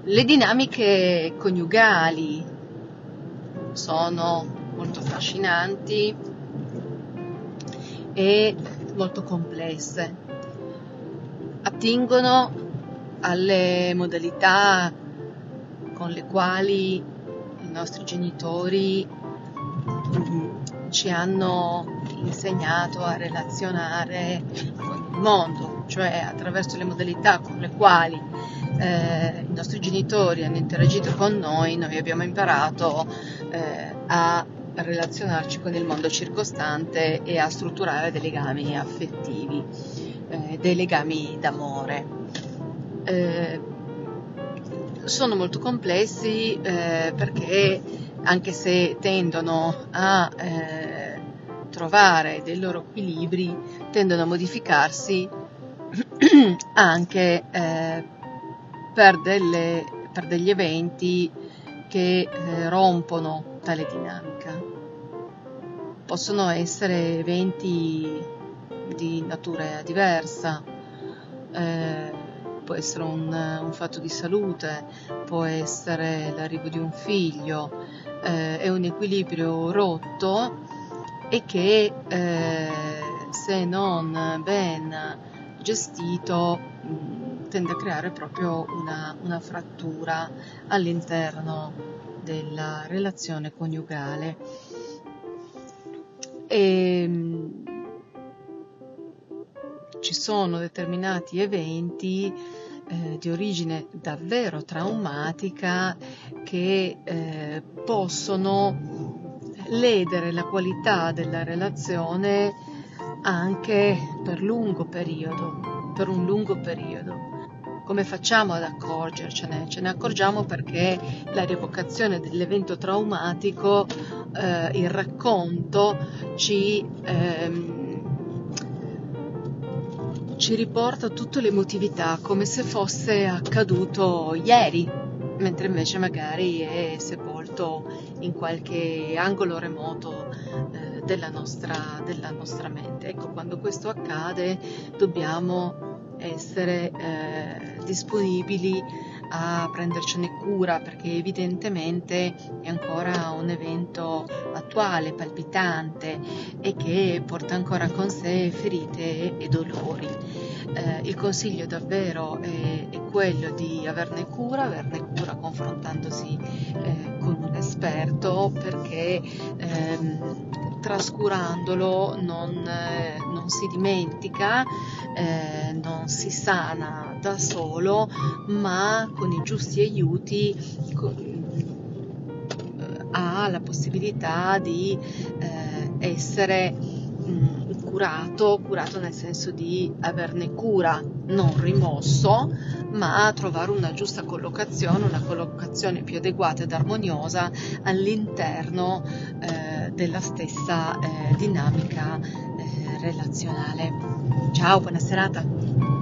Le dinamiche coniugali sono molto affascinanti e molto complesse. Attingono alle modalità con le quali i nostri genitori ci hanno insegnato a relazionare con il mondo, cioè attraverso le modalità con le quali i nostri genitori hanno interagito con noi abbiamo imparato a relazionarci con il mondo circostante e a strutturare dei legami affettivi, dei legami d'amore. Sono molto complessi perché anche se tendono a trovare dei loro equilibri, tendono a modificarsi anche per degli eventi che rompono tale dinamica. Possono essere eventi di natura diversa, può essere un fatto di salute, può essere l'arrivo di un figlio, è un equilibrio rotto e che se non ben gestito tende a creare proprio una frattura all'interno della relazione coniugale. Ci sono determinati eventi di origine davvero traumatica che possono ledere la qualità della relazione anche per un lungo periodo. Come facciamo ad accorgercene? Ce ne accorgiamo perché la rievocazione dell'evento traumatico, il racconto ci riporta tutte le emotività come se fosse accaduto ieri, mentre invece magari è sepolto in qualche angolo remoto della nostra mente. Ecco, quando questo accade dobbiamo essere disponibili a prendercene cura, perché evidentemente è ancora un evento attuale, palpitante e che porta ancora con sé ferite e dolori. Il consiglio davvero è quello di averne cura confrontandosi con un esperto, perché trascurandolo non si dimentica, non si sana da solo, ma con i giusti aiuti ha la possibilità di essere curato nel senso di averne cura, non rimosso, ma trovare una giusta collocazione, una collocazione più adeguata ed armoniosa all'interno della stessa dinamica relazionale. Ciao, buona serata.